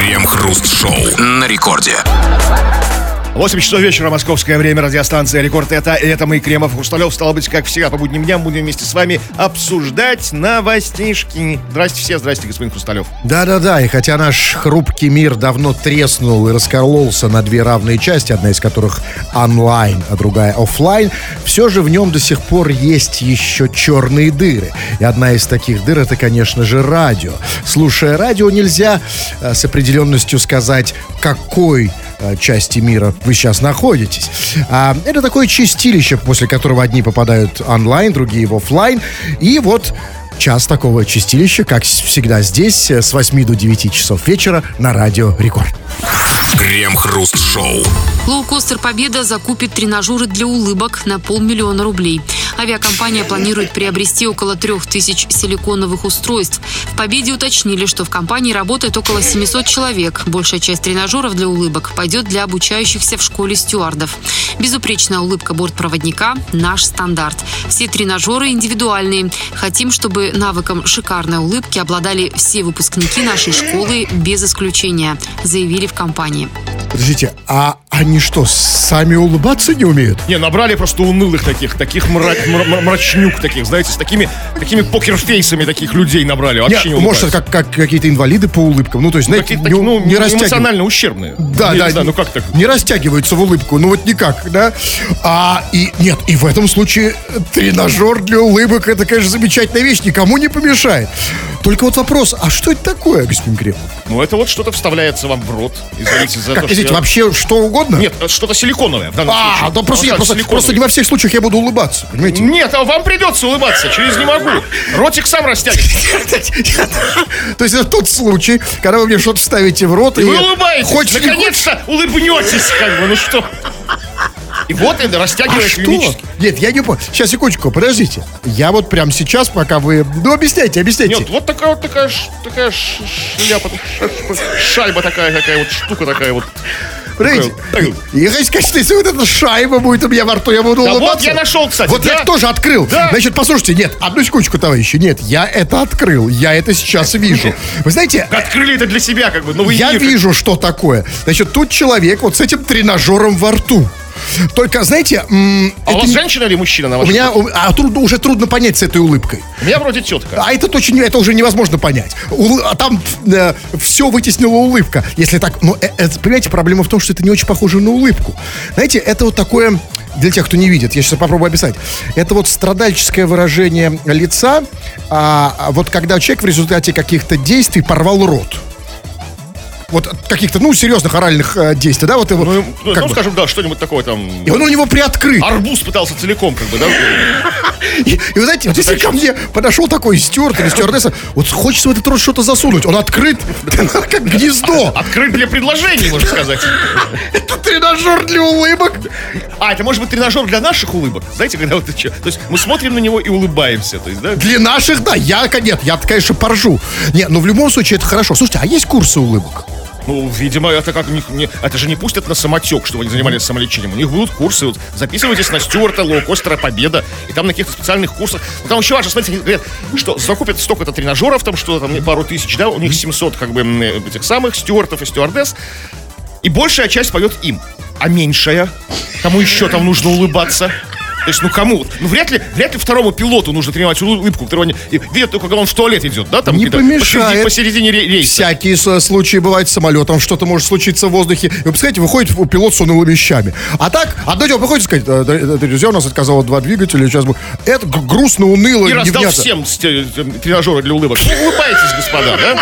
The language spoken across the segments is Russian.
Крем-хруст-шоу на рекорде. 8 часов вечера, московское время, радиостанция «Рекорд». Это мы, Кремов, Хрусталев. Стало быть, как всегда, по будним дням будем вместе с вами обсуждать новостишки. Здрасте все, здрасте, господин Хрусталев. Да-да-да, и хотя наш хрупкий мир давно треснул и раскололся на две равные части, одна из которых онлайн, а другая офлайн, все же в нем до сих пор есть еще черные дыры. И одна из таких дыр — это, конечно же, радио. Слушая радио, нельзя с определенностью сказать, какой части мира вы сейчас находитесь. Это такое чистилище, после которого одни попадают онлайн, другие в офлайн. И вот час такого чистилища, как всегда здесь, с 8 до 9 часов вечера на Радио Рекорд. Крем-хруст-шоу. Лоукостер «Победа» закупит тренажеры для улыбок на 500 000 рублей. Авиакомпания планирует приобрести около 3000 силиконовых устройств. В «Победе» уточнили, что в компании работает около 700 человек. Большая часть тренажеров для улыбок пойдет для обучающихся в школе стюардов. Безупречная улыбка бортпроводника – наш стандарт. Все тренажеры индивидуальные. Хотим, чтобы навыком шикарной улыбки обладали все выпускники нашей школы без исключения, заявили в компании. Подождите, а они что, сами улыбаться не умеют? Не, набрали просто унылых таких мрачнюк таких, знаете, с такими покерфейсами таких людей набрали. Вообще не улыбаются. Может, как какие-то инвалиды по улыбкам. Ну, то есть, знаете, не растягиваются. Эмоционально ущербные. Да, не знаю, ну как так? Не растягиваются в улыбку, ну вот никак, да? И в этом случае тренажер для улыбок — это, конечно, замечательная вещь, никому не помешает. Только вот вопрос, а что это такое, господин Кремов? Ну, это вот что-то вставляется вам в рот. Извините за то, что... Извините, вообще что угодно? Нет, что-то силиконовое в данном случае. Да просто не во всех случаях я буду улыбаться, понимаете? Нет, а вам придется улыбаться, через не могу. Ротик сам растягивается. То есть это тот случай, когда вы мне что-то ставите в рот, и вы улыбаетесь, наконец-то улыбнетесь, как бы, ну что... И вот это растягиваешь мимически. Нет, я не понял. Сейчас, секундочку, подождите. Я вот прямо сейчас, пока вы... Ну, объясняйте. Нет, вот такая шляпа, шайба такая вот штука такая вот. Подождите, я хочу сказать, что если вот эта шайба будет у меня во рту, я буду улыбаться. Вот я нашел, кстати. Вот я тоже открыл. Да. Значит, послушайте, нет, одну секундочку, товарищи. Нет, я это открыл. Я это сейчас вижу. Вы знаете... Открыли это для себя, как бы. Я вижу, что такое. Значит, тут человек вот с этим тренажером во рту. Только, знаете... А у вас женщина или мужчина на вашем? Уже трудно понять с этой улыбкой. У меня вроде тетка. А это уже невозможно понять. Там все вытеснила улыбка. Если так... понимаете, проблема в том, что это не очень похоже на улыбку. Знаете, это вот такое... Для тех, кто не видит, я сейчас попробую описать. Это вот страдальческое выражение лица, вот когда человек в результате каких-то действий порвал рот. Вот каких-то, серьезных оральных действий, да? Вот, скажем, да, что-нибудь такое там... И он у него приоткрыт. Арбуз пытался целиком, как бы, да? И вы знаете, вот если ко мне подошел такой стюард или стюардесса, вот хочется в этот рот что-то засунуть. Он открыт, как гнездо. Открыт для предложений, можно сказать. Это тренажер для улыбок. Это может быть тренажер для наших улыбок. Знаете, когда вот... То есть мы смотрим на него и улыбаемся, то есть, да? Для наших, да. Я, конечно, поржу. Нет, но в любом случае это хорошо. Слушайте, а есть курсы улыбок? Видимо, это как это же не пустят на самотек, чтобы они занимались самолечением. У них будут курсы. Вот, записывайтесь на стюарта лоукостера «Победа», и там на каких-то специальных курсах. Там еще важно, смотрите, говорят, что закупят столько-то тренажеров, там что-то там пару тысяч, да, у них 700 как бы этих самых стюартов и стюардесс. И большая часть поет им, а меньшая, кому еще там нужно улыбаться. То есть, кому? Вряд ли второму пилоту нужно тренировать улыбку, которого видят только, когда он в туалет идет, да? Там не помешает. Посередине рейса. Всякие случаи бывают с самолетом, что-то может случиться в воздухе. И вы представляете, выходит пилот с унылыми вещами. А так, одно дело, выходит и сказать, друзья, у нас отказало 2 двигателя, сейчас будет... Это грустно, уныло. И раздал всем тренажеры для улыбок. Улыбайтесь, господа, да?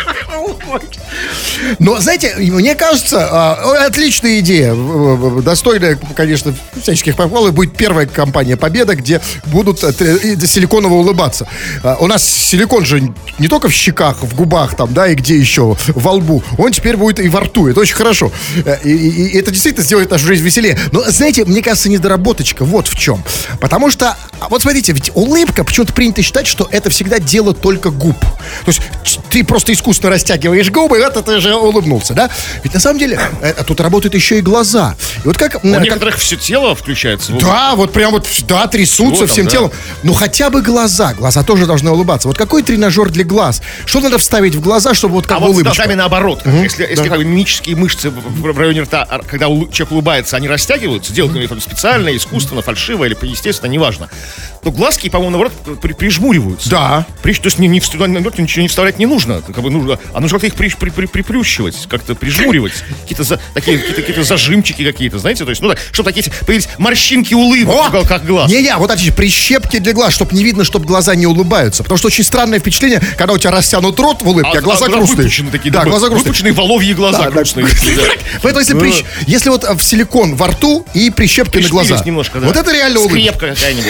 Но, знаете, мне кажется, отличная идея. Достойная, конечно, всяческих похвал. Будет первая компания «Победа», где будут силиконово улыбаться. У нас силикон же не только в щеках, в губах там, да, и где еще, во лбу. Он теперь будет и во рту. Это очень хорошо. И это действительно сделает нашу жизнь веселее. Но, знаете, мне кажется, недоработочка вот в чем. Потому что, вот смотрите, ведь улыбка, почему-то принято считать, что это всегда дело только губ. То есть ты просто искусственно растягиваешь растягиваешь губы, вот ты же улыбнулся, да? Ведь на самом деле тут работают еще и глаза. И вот как... У некоторых все тело включается. Да, вот прям вот, да, трясутся всем телом. Ну, хотя бы глаза. Глаза тоже должны улыбаться. Вот какой тренажер для глаз? Что надо вставить в глаза, чтобы вот как бы улыбочка? А вот с глазами наоборот. Если как бы мимические мышцы в районе рта, когда человек улыбается, они растягиваются, делают это специально, искусственно, фальшиво или естественно, неважно. Но глазки, по-моему, наоборот, прижмуриваются. Да. То есть ничего не вставлять не нужно. Как бы нужно, а нужно как-то их приплющивать, как-то прижмуривать. Какие-то зажимчики какие-то, знаете? То есть, чтобы такие появились морщинки улыбок в уголках глаз. Вот эти прищепки для глаз, чтобы не видно, чтобы глаза не улыбаются. Потому что очень странное впечатление, когда у тебя растянут рот в улыбке, а глаза грустные. Выпучены такие, да, глаза грустные. Выпученные воловьи глаза грустные. Поэтому если вот в силикон во рту и прищепки на глаза. Немножко, да. Вот это реально улыбка. Скрепка какая-нибудь.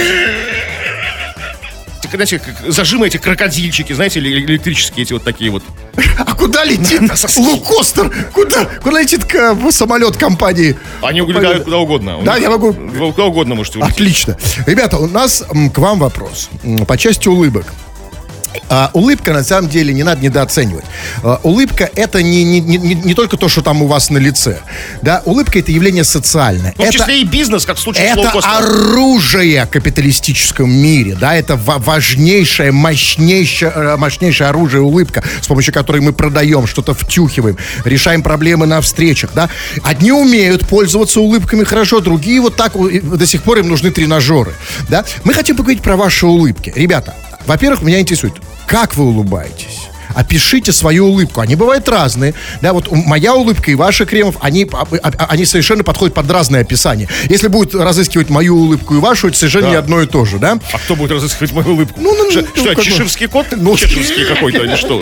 Знаете, зажимы эти крокодильчики, знаете, электрические эти вот такие вот. А куда летит лукостер? Куда летит самолет компании? Они улетают куда угодно. Да, я могу. Куда угодно можете улететь. Отлично. Ребята, у нас к вам вопрос. По части улыбок. Улыбка, на самом деле, не надо недооценивать. Улыбка — это не только то, что там у вас на лице. Да? Улыбка — это явление социальное. В том числе и бизнес, как в случае с Это оружие в капиталистическом мире. Да? Это важнейшее, мощнейшее оружие — улыбка, с помощью которой мы продаем, что-то втюхиваем, решаем проблемы на встречах. Да? Одни умеют пользоваться улыбками хорошо, другие вот так до сих пор им нужны тренажеры. Да? Мы хотим поговорить про ваши улыбки. Ребята, во-первых, меня интересует, как вы улыбаетесь? Опишите свою улыбку. Они бывают разные. Да, вот моя улыбка и ваша, Кремов, они совершенно подходят под разные описания. Если будет разыскивать мою улыбку и вашу, это совершенно не одно и то же, да? А кто будет разыскивать мою улыбку? Что, чеширский кот? Чеширский какой-то или что?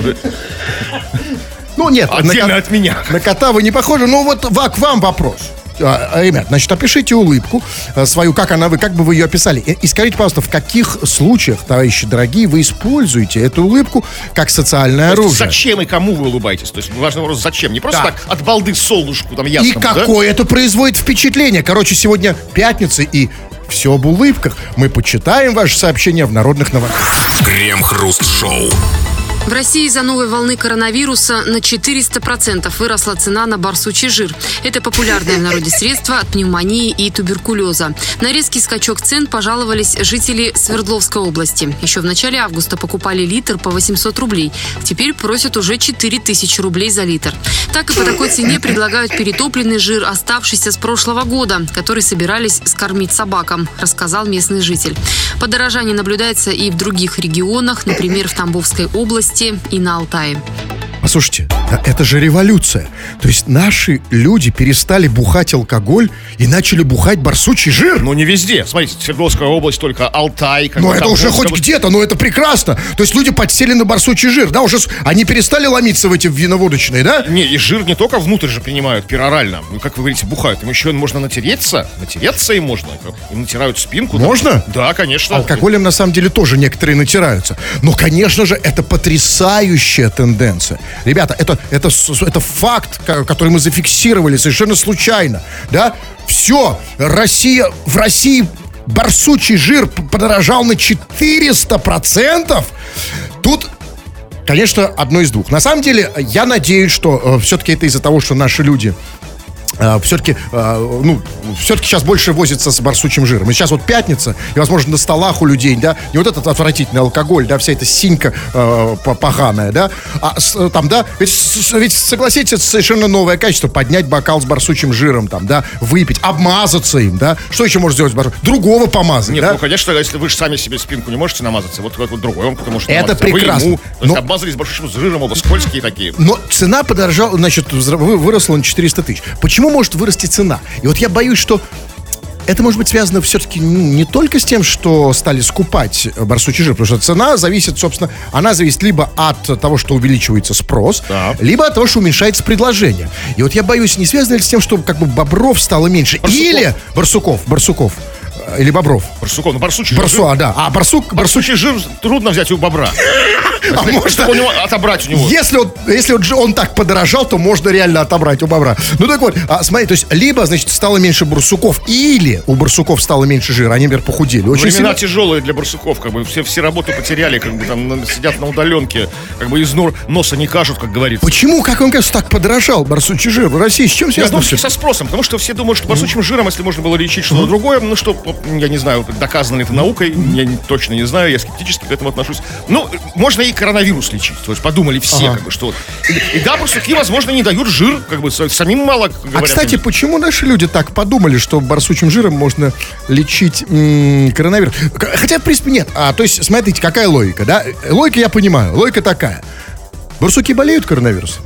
Ну, нет. Отдельно от меня. На кота вы не похожи. Ну, вот к вам вопрос. Ребят, значит, опишите улыбку свою, как бы вы ее описали. И скажите, пожалуйста, в каких случаях, товарищи дорогие, вы используете эту улыбку как социальное оружие? Зачем и кому вы улыбаетесь? То есть важный вопрос, зачем? Не просто так от балды солнышку там ясно. И какое это производит впечатление? Короче, сегодня пятница, и все об улыбках. Мы почитаем ваши сообщения в народных новостях. Крем-хруст-шоу. В России из-за новой волны коронавируса на 400% выросла цена на барсучий жир. Это популярное в народе средство от пневмонии и туберкулеза. На резкий скачок цен пожаловались жители Свердловской области. Еще в начале августа покупали литр по 800 рублей. Теперь просят уже 4000 рублей за литр. Так и по такой цене предлагают перетопленный жир, оставшийся с прошлого года, который собирались скормить собакам, рассказал местный житель. Подорожание наблюдается и в других регионах, например, в Тамбовской области и на Алтае. Послушайте, это же революция. То есть наши люди перестали бухать алкоголь и начали бухать барсучий жир. Ну, не везде. Смотрите, Свердловская область, только Алтай. Ну, это уже хоть где-то, но это прекрасно. То есть люди подсели на барсучий жир. Да, уже они перестали ломиться в эти виноводочные, да? Не, и жир не только внутрь же принимают перорально. Ну, как вы говорите, бухают. Им еще можно натереться. Натереться им можно. Им натирают спинку. Можно? Да, конечно. Алкоголем, на самом деле, тоже некоторые натираются. Но, конечно же, это потрясающая тенденция. Ребята, это факт, который мы зафиксировали совершенно случайно, да? Все, в России барсучий жир подорожал на 400%. Тут, конечно, одно из двух. На самом деле, я надеюсь, что все-таки это из-за того, что наши люди все-таки сейчас больше возится с барсучим жиром. И сейчас вот пятница, и, возможно, на столах у людей, да, не вот этот отвратительный алкоголь, да, вся эта синька поганая, да, там, да, ведь согласитесь, это совершенно новое качество, поднять бокал с барсучим жиром, там, да, выпить, обмазаться им, да, что еще может сделать барсучим? Другого помазать, нет, да? Ну, конечно, если вы же сами себе спинку не можете намазаться, вот другой он кто-то может намазаться. Это прекрасно. Вы ему, то есть обмазались барсучим жиром, оба скользкие такие. Но цена подорожала, значит, выросла на 400 тысяч. Почему может вырасти цена? И вот я боюсь, что это может быть связано все-таки не только с тем, что стали скупать барсучий жир, потому что цена зависит, собственно, она зависит либо от того, что увеличивается спрос, да, либо от того, что уменьшается предложение. И вот я боюсь, не связано ли с тем, что как бы бобров стало меньше, или барсуков, Или бобров? Барсуков, ну барсучий жир. Да. А Барсучий жир трудно взять у бобра. Чтобы у него отобрать у него. Если он так подорожал, то можно реально отобрать у бобра. Ну так вот, смотри, то есть либо, значит, стало меньше барсуков, или у барсуков стало меньше жира, они, например, похудели. Очень Времена тяжелые для барсуков, как бы все работу потеряли, как бы там сидят на удаленке, как бы из носа не кажут, как говорится. Почему, как вам кажется, так подорожал барсучий жир в России? С чем связано? Я думаю, со спросом, потому что все думают, что барсучим жиром, если можно было лечить что-то другое, ну что, я не знаю, доказано ли это наукой, я точно не знаю, я скептически к этому отношусь. Ну, можно и коронавирус лечить, то есть подумали все, как бы, что... И да, барсуки, возможно, не дают жир, как бы, самим мало говорят. А, кстати, почему наши люди так подумали, что барсучим жиром можно лечить коронавирус? Хотя, в принципе, нет. То есть, смотрите, какая логика, да? Логика я понимаю, логика такая. Барсуки болеют коронавирусом?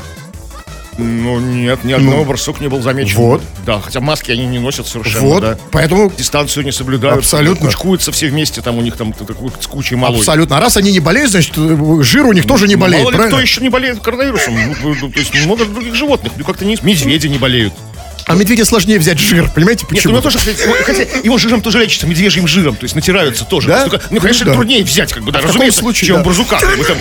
Ну, нет, ни одного барсук не был замечен. Вот. Да, хотя маски они не носят совершенно, вот, да. Поэтому... Дистанцию не соблюдают. Абсолютно. Кучкуются все вместе, там у них там с кучей малой. Абсолютно. А раз они не болеют, значит, жир у них тоже не болеет, мало ли правильно? кто еще не болеет коронавирусом. То есть много других животных. Ну, как-то не... Медведи не болеют. А медведя сложнее взять жир, понимаете, почему? Нет, у него тоже, хотя его жиром тоже лечится, медвежьим жиром, то есть натираются тоже. Да? Ну, конечно, труднее взять, как бы, да, разумеется, случае, чем да. барсука.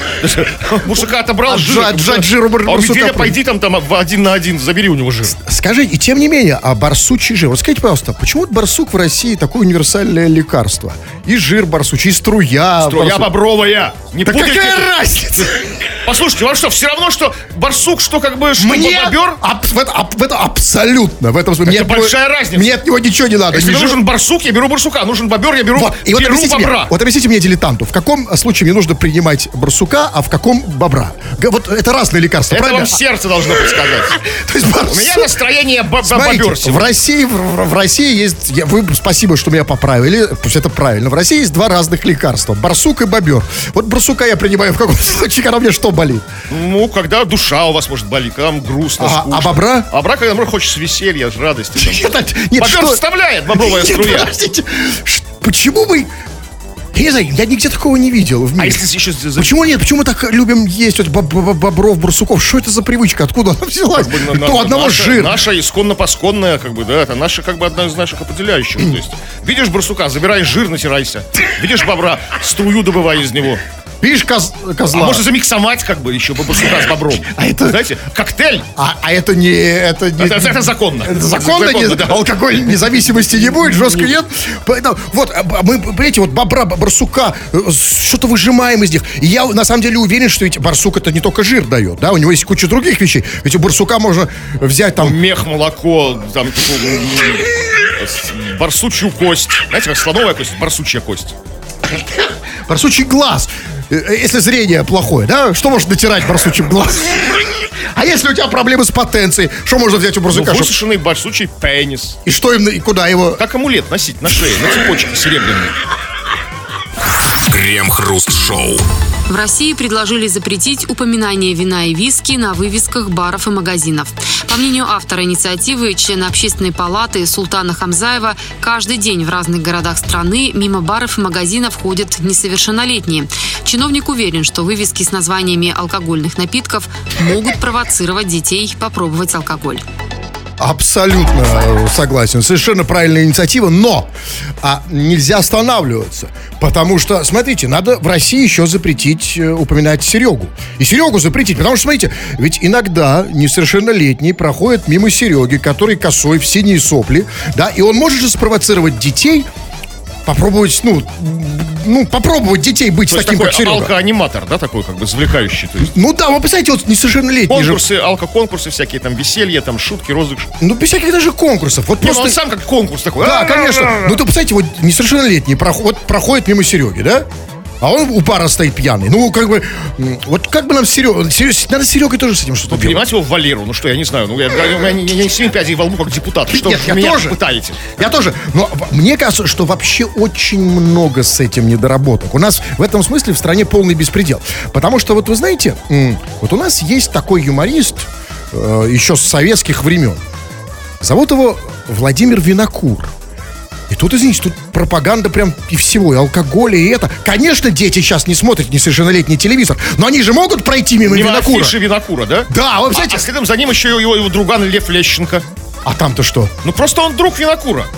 Барсука отобрал жир. Отжать жир у барсука. А у медведя пойди там один на один, забери у него жир. Скажи, и тем не менее, а барсучий жир, вот скажите, пожалуйста, почему барсук в России такое универсальное лекарство? И жир барсучий, и струя. Струя бобровая. Не Да путайте. какая разница? Послушайте, вам что, все равно, что барсук, что как бы, что Мне бобер? в это абсолютно. В этом смысле. Это большая разница. Мне от него ничего не надо. Если нужен барсук, я беру барсука. Нужен бобер, я беру бобра. Вот объясните мне, дилетанту, в каком случае мне нужно принимать барсука, а в каком бобра? Вот это разные лекарства, Это правильно? вам сердце должно подсказать. То есть У меня настроение бобер Смотрите, в России есть... Спасибо, что меня поправили. Пусть это правильно. В России есть два разных лекарства. Барсук и бобер. Вот барсука я принимаю в каком случае, когда мне что болит? Ну, когда душа у вас может болеть, когда вам грустно, скучно. А бобра? А бобра, когда, например, хочется веселья, радости. Нет, бобер вставляет бобровая струя. Подождите, почему вы... Я не знаю, я нигде такого не видел в мире. А если еще... Почему нет? Почему мы так любим есть вот бобров, барсуков? Что это за привычка? Откуда она взялась? У одного жир. Наша исконно-посконная, как бы, да, это наша, как бы, одна из наших определяющих. То есть, видишь барсука, забирай жир, натирайся. Видишь бобра, струю добывай из него. Видишь козла? А можно замиксовать, как бы, еще барсука с бобром. А это... Знаете, коктейль. Это не... Это законно. Это законно, да. Алкоголь независимости не будет, жестко нет. Поэтому, вот, мы, понимаете, вот бобра, барсука, что-то выжимаем из них. И я, на самом деле, уверен, что ведь барсук это не только жир дает, да, у него есть куча других вещей. Ведь у барсука можно взять там... Мех, молоко, там, барсучью кость. Знаете, как слоновая кость, барсучья кость. Барсучий глаз. Если зрение плохое, да? Что можно натирать барсучьим глазом? А если у тебя проблемы с потенцией, что можно взять у барсука? Высушенный барсучий пенис. И что им, и куда его? Как амулет носить на шее, на цепочке серебряной. Крем-хруст-шоу. В России предложили запретить упоминание вина и виски на вывесках баров и магазинов. По мнению автора инициативы, члена Общественной палаты Султана Хамзаева, каждый день в разных городах страны мимо баров и магазинов ходят несовершеннолетние. Чиновник уверен, что вывески с названиями алкогольных напитков могут провоцировать детей попробовать алкоголь. Абсолютно согласен. Совершенно правильная инициатива, но нельзя останавливаться. Потому что, смотрите, надо в России еще запретить упоминать Серегу. И Серегу запретить, потому что, смотрите, ведь иногда несовершеннолетний проходит мимо Сереги, который косой в синие сопли, да, и он может же спровоцировать детей попробовать, попробовать детей быть то таким, такой как Серега. Алко-аниматор, да, такой, как бы, завлекающий. То есть. Ну да, вы представляете, вот несовершеннолетний конкурсы, алко-конкурсы всякие, там, веселья, там, шутки, розыгрыш. Ну, без всяких даже конкурсов. Вот просто... он сам как конкурс такой. Да, конечно. Ну, то, представляете, вот несовершеннолетний проходит мимо Сереги, да? А он у бара стоит пьяный. Ну, как бы, вот как бы нам Серега... Надо с Серегой тоже с этим что-то делать. Перенимать его в Валеру, ну что, я не знаю. Ну, я не 7 пядей во лбу, как депутат. Что Нет, вы я меня тоже. пытаете? Я тоже. Но мне кажется, что вообще очень много с этим недоработок. У нас в этом смысле в стране полный беспредел. Потому что, вот вы знаете, вот у нас есть такой юморист еще с советских времен. Зовут его Владимир Винокур. И тут, извините, тут пропаганда прям и всего, и алкоголя, и это. Конечно, дети сейчас не смотрят несовершеннолетний телевизор, но они же могут пройти мимо Винокура. Афиши Винокура, да? Да, вы представляете. А следом за ним еще его друган Лев Лещенко. А там-то что? Ну, просто он друг Винокура.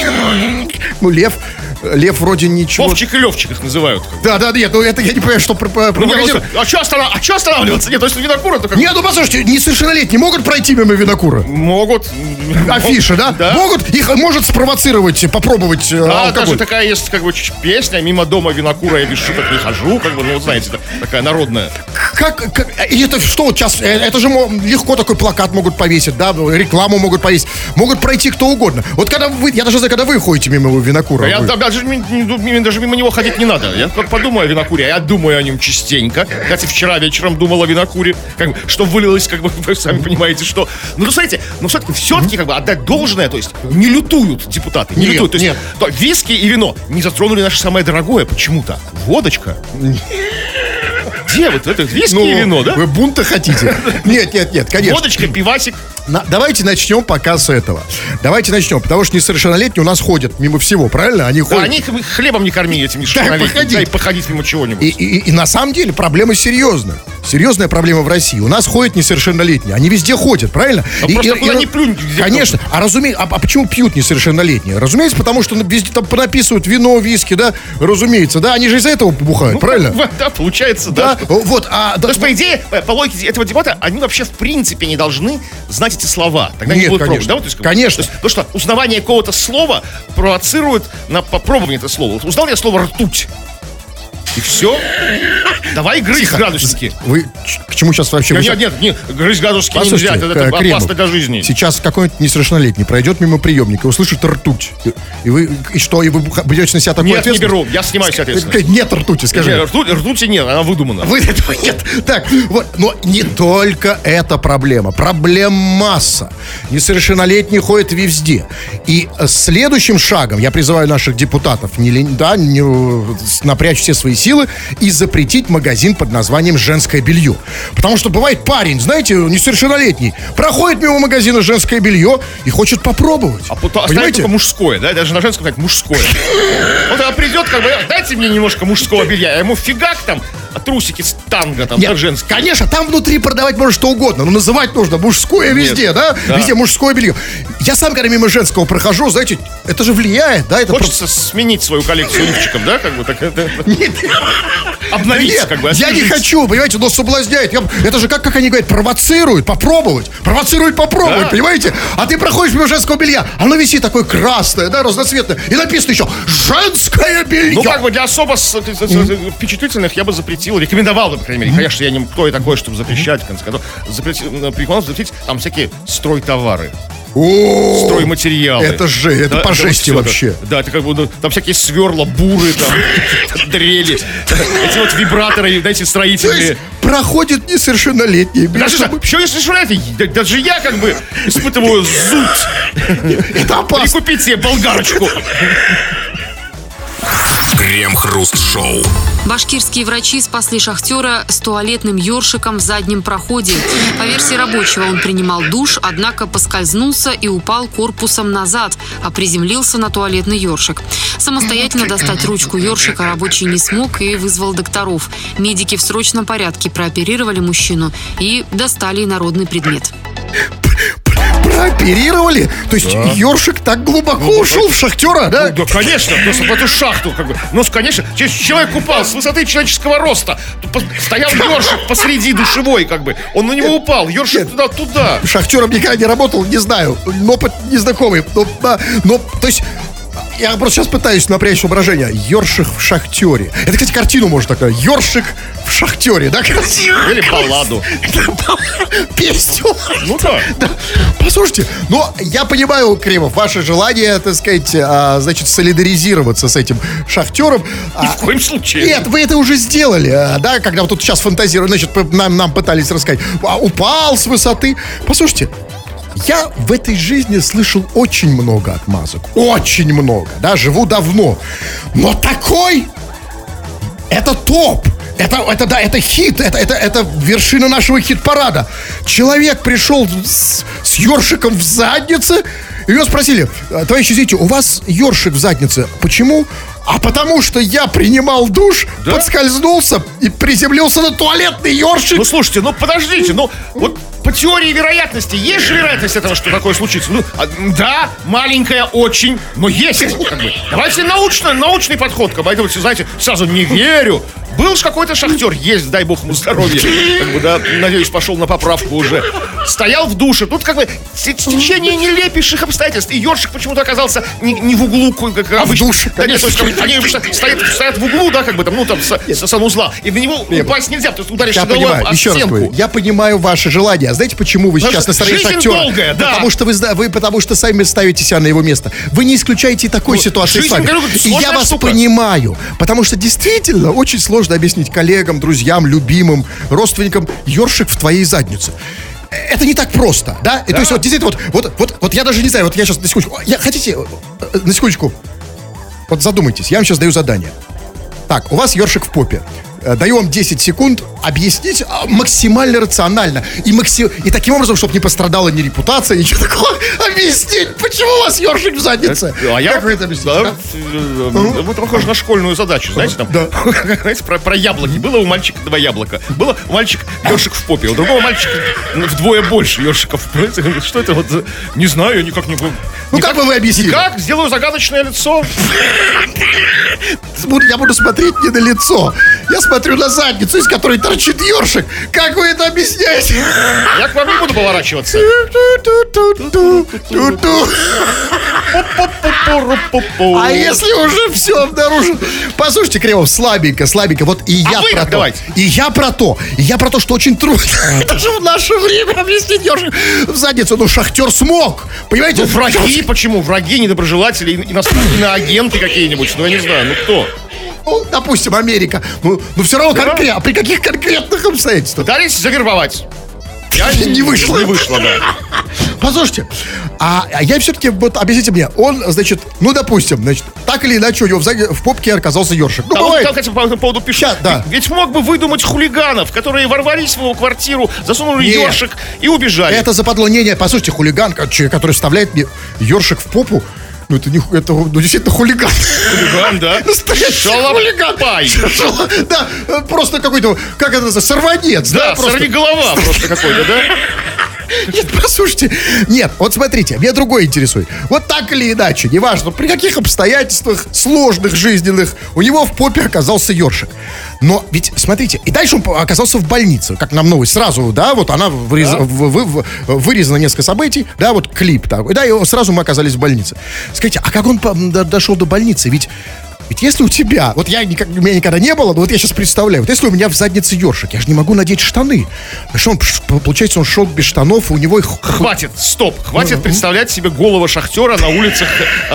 Ну, Лев вроде ничего. Вовчик и Левчик их называют. Да, нет, ну это я не понимаю, что про магазин. А что останавливаться? Нет, то есть винокур это как... Нет, ну послушайте, несовершеннолетние могут пройти мимо винокура? Могут. Афиша, да? Могут, их может спровоцировать, попробовать алкоголь. Даже такая есть как бы песня «Мимо дома винокура я без шуток не хожу», как бы, ну, знаете, это такая народная. И это что вот сейчас, это же легко такой плакат могут повесить, да, рекламу могут повесить, могут пройти кто угодно. Вот когда я даже знаю, когда вы ходите мимо винокура. Даже мимо него ходить не надо. Я как подумаю о винокуре, а я думаю о нем частенько. Кстати, вчера вечером думал о винокуре, как бы, что вылилось, как бы, вы сами понимаете, что... Ну, смотрите, все-таки, как бы, отдать должное, то есть, не лютуют депутаты, не лютуют. То есть, виски и вино не затронули наше самое дорогое почему-то. Водочка. Где вот это виски и вино, да? Вы бунта хотите? Нет, конечно. Водочка, пивасик. Давайте начнем пока с этого. Давайте начнем, потому что несовершеннолетние у нас ходят мимо всего, правильно? Они ходят. Да, они их хлебом не кормили, этим несовершеннолетним. Дай походить мимо чего-нибудь. И на самом деле проблема серьезная. Серьезная проблема в России. У нас ходят несовершеннолетние. Они везде ходят, правильно? Просто куда не плюнь. Конечно. А почему пьют несовершеннолетние? Разумеется, потому что везде там понаписывают вино, виски, да? Разумеется, да? Они же из-за этого бухают, правильно? Да, получается, да. Вот, то есть, по идее, по логике этого дебата, они вообще в принципе не должны знать эти слова. Тогда Нет, не будут конечно. пробовать, да? Конечно. Потому что узнавание какого-то слова провоцирует на попробование этого слова. Узнал я слово «ртуть». И все. Давай грызть градусники. Вы к чему сейчас вообще... Нет, грызть градусники нельзя. Это опасно для жизни. Сейчас какой-нибудь несовершеннолетний пройдет мимо приемника и услышит ртуть. И вы берете на себя такую ответственность? Нет, не беру. Я снимаю себе ответственность. Нет ртути, скажи. Ртути нет, она выдумана. Этого нет. Так, вот. Но не только эта проблема. Проблем масса. Несовершеннолетние ходят везде. И следующим шагом я призываю наших депутатов напрячь все свои силы и запретить магазин под названием «Женское белье». Потому что бывает парень, знаете, несовершеннолетний, проходит мимо магазина «Женское белье» и хочет попробовать. Оставить только мужское, да? Даже на женском сказать мужское. Он тогда придет, как бы, дайте мне немножко мужского белья. А ему фигак там, трусики с танго там, женские. Конечно, там внутри продавать можно что угодно, но называть нужно мужское везде, да? Везде мужское белье. Я сам, когда мимо женского прохожу, знаете, это же влияет, да? Хочется сменить свою коллекцию лифчиков, да? Как бы так это... Нет. Обновить, как бы, я не хочу, понимаете, но соблазняет. Это же, как они говорят, провоцирует, попробовать. Понимаете? А ты проходишь мимо женского белья, оно висит такое красное, да, разноцветное. И написано еще «Женское белье». Ну, как бы для особо впечатлительных я бы запретил, рекомендовал бы, по крайней мере. Конечно, я не кто я такой, чтобы запрещать, в конце концов. Рекомендовал запретить там всякие стройтовары. Стройматериалы. Это по жести вообще. Да, это как бы там всякие сверла, буры, там, дрели, эти вот вибраторы, знаете, строительные. То есть проходит несовершеннолетний. Почему несовершеннолетний? Даже я как бы испытываю зуд. Это опасно. Прикупить себе болгарочку. Крем-хруст-шоу. Башкирские врачи спасли шахтера с туалетным ёршиком в заднем проходе. По версии рабочего, он принимал душ, однако поскользнулся и упал корпусом назад, а приземлился на туалетный ёршик. Самостоятельно достать ручку ёршика рабочий не смог и вызвал докторов. Медики в срочном порядке прооперировали мужчину и достали инородный предмет. Прооперировали? То есть ёршик так глубоко ушел в шахтера, да? Да, конечно, в эту шахту, как бы. Ну, конечно, человек упал с высоты человеческого роста. Стоял ёршик посреди душевой, как бы. Он на него упал, ёршик туда. Шахтером никогда не работал, не знаю. Опыт незнакомый. Но, то есть... Я просто сейчас пытаюсь напрячь воображение. Ёршик в шахтере. Это, кстати, картину можно такая. Ёршик в шахтере, да? Или балладу. Песню. Ну да. Послушайте, но я понимаю, Кремов, ваше желание, так сказать, значит, солидаризироваться с этим шахтером. Ни в коем случае. Нет, вы это уже сделали, да, когда вот тут сейчас фантазируем, значит, нам пытались рассказать. Упал с высоты. Послушайте, я в этой жизни слышал очень много отмазок. Очень много, да, живу давно. Но такой, это топ. Это хит, это вершина нашего хит-парада. Человек пришел с ёршиком в заднице, и его спросили: товарищи, извините, у вас ёршик в заднице. Почему? А потому что я принимал душ, поскользнулся и приземлился на туалетный ёршик. Ну, слушайте, ну, подождите, ну, вот по теории вероятности, есть же вероятность этого, что такое случится? Ну, да, маленькая очень, но есть. Как бы. Давайте научный подход. Поэтому, знаете, сразу не верю. Был же какой-то шахтер, есть, дай бог ему здоровья. Как бы, да, надеюсь, пошел на поправку уже. Стоял в душе. Тут как бы течение нелепейших обстоятельств. И ёршик почему-то оказался не в углу, как обычно. в душе, да, нет, то есть, они стоят в углу, да, как бы там, ну там санузла. И на него упасть нельзя, потому что ударишься головой об еще раз стенку. говорю, я понимаю ваше желание. Знаете, почему вы сейчас на стороне жизнь шахтера? долгая, да. Потому что сами ставите себя на его место. Вы не исключаете такой ситуации с вами. И я вас понимаю. Потому что действительно очень сложно объяснить коллегам, друзьям, любимым, родственникам: ёршик в твоей заднице. Это не так просто, да? И, то есть вот действительно, вот я даже не знаю, вот я сейчас, на секундочку, хотите, на секундочку, вот задумайтесь, я вам сейчас даю задание. Так, у вас ёршик в попе. Даю вам 10 секунд объяснить максимально рационально. И таким образом, чтобы не пострадала ни репутация, ничего такого. Объяснить, почему у вас ёршик в заднице. Как вы это объясните? Это похоже на школьную задачу, знаете, там. Знаете, про яблоки. Было у мальчика 2 яблока. Было у мальчика ёршик в попе. У другого мальчика вдвое больше ёршиков. Что это вот? Не знаю, я никак не... Ну как бы вы объяснили? Никак, сделаю загадочное лицо. Я буду смотреть не на лицо. Я смотрю на задницу, из которой торчит ёршик. Как вы это объясняете? Я к вам не буду поворачиваться. А если уже все обнаружено? Послушайте, Кремов, слабенько. Вот и я про то. Давайте. И я про то, что очень трудно. Это же в наше время объяснить ёршик в задницу. Ну, шахтер смог. Понимаете? Ну, враги, почему? Враги, недоброжелатели, иноагенты какие-нибудь. Ну, я не знаю, ну кто? Ну, допустим, Америка. Ну все равно конкретно. А при каких конкретных обстоятельствах? Пытались завербовать. Не вышло. Не вышло, да. Послушайте, а я все-таки, вот объясните мне, он, значит, ну, допустим, значит, так или иначе у него в попке оказался ёршик. Ну, бывает. Там, кстати, по этому поводу пишут. Да. Ведь мог бы выдумать хулиганов, которые ворвались в его квартиру, засунули ёршик и убежали. Это западло. Послушайте, хулиган, который вставляет мне ёршик в попу, ну, это действительно хулиган. Хулиган, да. Настоящий хулиган. Да, просто какой-то, как это называется, сорванец. Да, сорвиголова просто какой-то, да. Нет, послушайте. Нет, вот смотрите, меня другое интересует. Вот так или иначе, неважно, при каких обстоятельствах сложных, жизненных, у него в попе оказался ёршик. Но ведь, смотрите, и дальше он оказался в больнице, как нам новость. Сразу, да, вот она вырезана несколько событий, да, вот клип такой, да, и сразу мы оказались в больнице. Скажите, а как он дошел до больницы? Ведь если у тебя, вот у меня никогда не было, но вот я сейчас представляю, вот если у меня в заднице ёршик, я же не могу надеть штаны. Получается, он шел без штанов, у него их... Хватит представлять себе голову шахтера на улицах